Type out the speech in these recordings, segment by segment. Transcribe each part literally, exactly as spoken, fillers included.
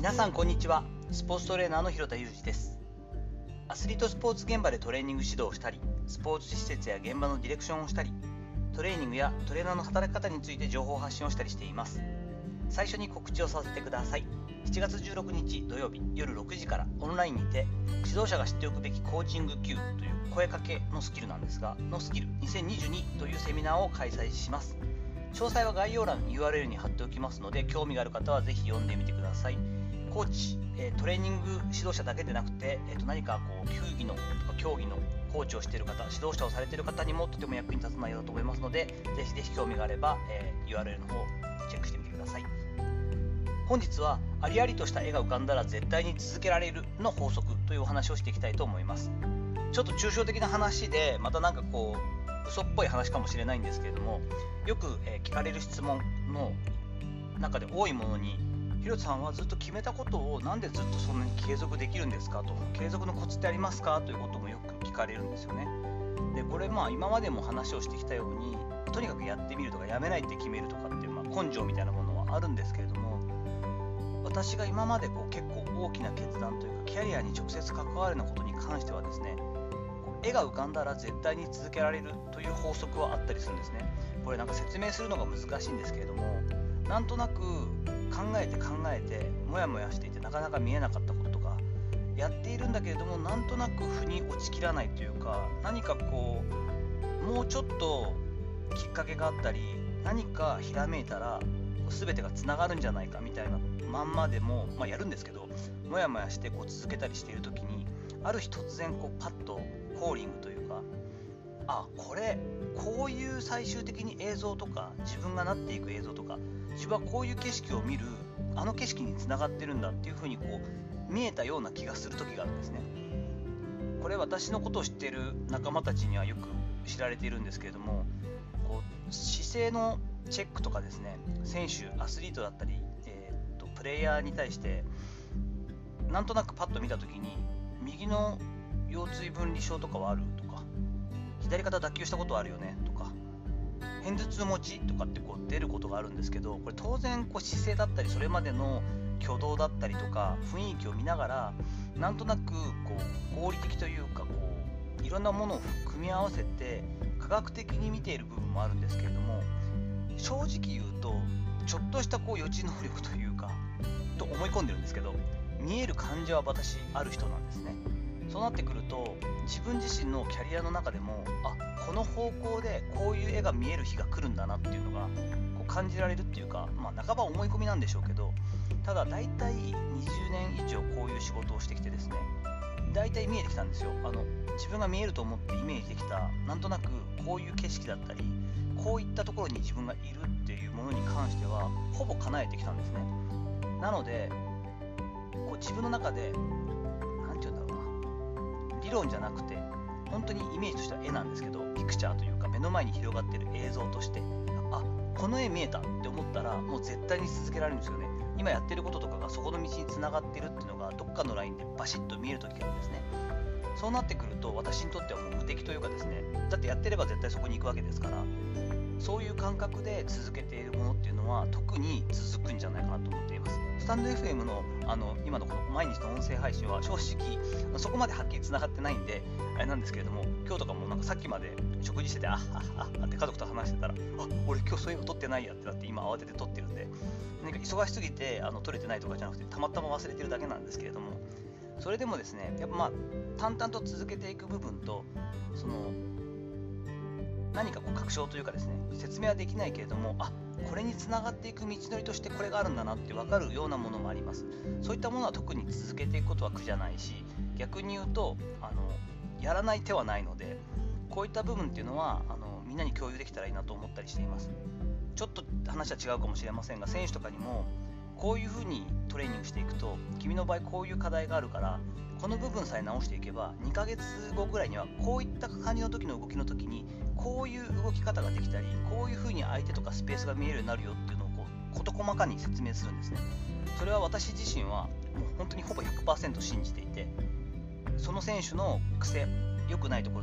皆さんこんにちは。スポーツトレーナーの広田裕二です。アスリートスポーツ現場でトレーニング指導をしたり、スポーツ施設や現場のディレクションをしたり、トレーニングやトレーナーの働き方について情報発信をしたりしています。最初に告知をさせてください。しちがつじゅうろくにち土曜日夜ろくじからオンラインにて、指導者が知っておくべきコーチング Q という声かけのスキルなんですが、のスキルにせんにじゅうにというセミナーを開催します。詳細は概要欄 ユーアールエル に貼っておきますので、興味がある方はぜひ読んでみてください。コーチ、えー、トレーニング指導者だけでなくて、えー、と何かこう球技のとか競技のコーチをしている方、指導者をされている方にもとても役に立つ内容だと思いますので、ぜひぜひ興味があれば、えー、ユーアールエル の方チェックしてみてください。本日はありありとした絵が浮かんだら絶対に続けられるの法則というお話をしていきたいと思います。ちょっと抽象的な話で、またなんかこう嘘っぽい話かもしれないんですけれども、よく、えー、聞かれる質問の中で多いものに、ひろさんはずっと決めたことをなんでずっとそんなに継続できるんですかと、継続のコツってありますかということもよく聞かれるんですよね。でこれまあ今までも話をしてきたように、とにかくやってみるとかやめないって決めるとかっていう、まあ、根性みたいなものはあるんですけれども、私が今までこう結構大きな決断というかキャリアに直接関わるようなことに関してはですね、絵が浮かんだら絶対に続けられるという法則はあったりするんですね。これなんか説明するのが難しいんですけれども、なんとなく考えて考えてもやもやしていてなかなか見えなかったこととかやっているんだけれども、なんとなく腑に落ちきらないというか、何かこうもうちょっときっかけがあったり、何かひらめいたら全てがつながるんじゃないかみたいなまんまでも、まあ、やるんですけど、もやもやしてこう続けたりしている時に、ある日突然こうパッとコーリングというか、あ、これこういう最終的に映像とか自分がなっていく映像とか、自分はこういう景色を見るあの景色につながってるんだっていう風にこう見えたような気がする時があるんですね。これ私のことを知っている仲間たちにはよく知られているんですけれども、こう姿勢のチェックとかですね、選手アスリートだったり、えー、とプレイヤーに対してなんとなくパッと見た時に、右の腰椎分離症とかはあるとか、左肩脱臼したことはあるよねとか、片頭痛持ちとかってこう出ることがあるんですけど、これ当然こう姿勢だったりそれまでの挙動だったりとか雰囲気を見ながら、なんとなくこう合理的というか、こういろんなものを組み合わせて科学的に見ている部分もあるんですけれども、正直言うとちょっとしたこう予知能力というかと思い込んでるんですけど、見える感じは私ある人なんですね。そうなってくると、自分自身のキャリアの中でも、あ、この方向でこういう絵が見える日が来るんだなっていうのがこう感じられるっていうか、まあ、半ば思い込みなんでしょうけど、ただ大体にじゅうねん以上こういう仕事をしてきてですね、大体見えてきたんですよ。あの自分が見えると思ってイメージできた、なんとなくこういう景色だったり、こういったところに自分がいるっていうものに関してはほぼ叶えてきたんですね。なのでこう自分の中でなんて言うんだろうな、理論じゃなくて本当にイメージとしては絵なんですけど、ピクチャーというか目の前に広がっている映像として、あ、この絵見えたって思ったらもう絶対に続けられるんですよね。今やってることとかがそこの道につながってるっていうのがどっかのラインでバシッと見える時があるんですね。そうなってくると私にとってはもう無敵というかですね、だってやってれば絶対そこに行くわけですから、そういう感覚で続けているものっていうのは特に続くんじゃないかなと思っています。スタンド エフエム の, あの今のこの毎日の音声配信は正直そこまではっきりつながってないんであれなんですけれども、今日とかもなんかさっきまで食事してて、あっはっはっはって家族と話してたら、あ、俺今日そういえば撮ってないやってなって、今慌てて撮ってるんで、なんか忙しすぎてあの撮れてないとかじゃなくて、たまたま忘れてるだけなんですけれども、それでもですね、やっぱまあ淡々と続けていく部分と、その何かこう確証というかですね、説明はできないけれども、あ、これにつながっていく道のりとしてこれがあるんだなって分かるようなものもあります。そういったものは特に続けていくことは苦じゃないし、逆に言うとあのやらない手はないので、こういった部分っていうのはあのみんなに共有できたらいいなと思ったりしています。ちょっと話は違うかもしれませんが、選手とかにもこういうふうにトレーニングしていくと、君の場合こういう課題があるから、この部分さえ直していけばにかげつごぐらいにはこういった感じの時の動きの時にこういう動き方ができたり、こういう風に相手とかスペースが見えるようになるよっていうのをこう事細かに説明するんですね。それは私自身はもう本当にほぼ ひゃくパーセント 信じていて、その選手の癖、良くないところだったりとか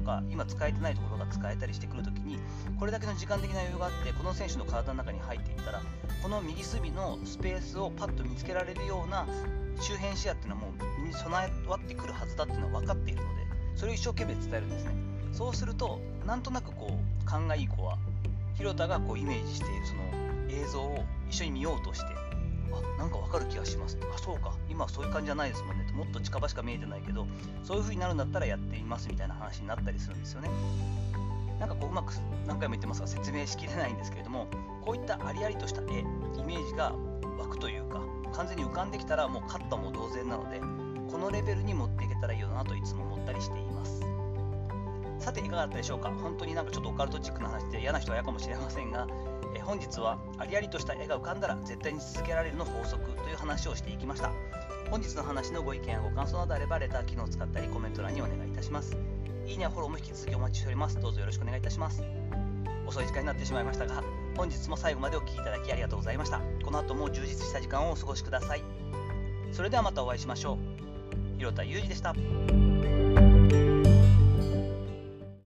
か今使えてないところが使えたりしてくるときに、これだけの時間的な余裕があってこの選手の体の中に入っていったら、この右隅のスペースをパッと見つけられるような周辺視野っていうのはもう身に備えわってくるはずだっていうのは分かっているので、それを一生懸命伝えるんですね。そうするとなんとなくこう勘がいい子は広田がこうイメージしているその映像を一緒に見ようとして、あ、なんかわかる気がします、あ、そうか、今はそういう感じじゃないですもんね、もっと近場しか見えてないけどそういう風になるんだったらやってみますみたいな話になったりするんですよね。なんかこううまく何回も言ってますが説明しきれないんですけれども、こういったありありとした絵、イメージが湧くというか完全に浮かんできたらもう勝ったも同然なので、このレベルに持っていけたらいいよなといつも思ったりしています。さていかがだったでしょうか。本当になんかちょっとオカルトチックな話で嫌な人は嫌かもしれませんが、え本日はありありとした絵が浮かんだら絶対に続けられるの法則という話をしていきました。本日の話のご意見やご感想などあればレター機能を使ったりコメント欄にお願いいたします。いいねやフォローも引き続きお待ちしております。どうぞよろしくお願いいたします。遅い時間になってしまいましたが、本日も最後までお聞きいただきありがとうございました。この後も充実した時間をお過ごしください。それではまたお会いしましょう。広田裕二でした。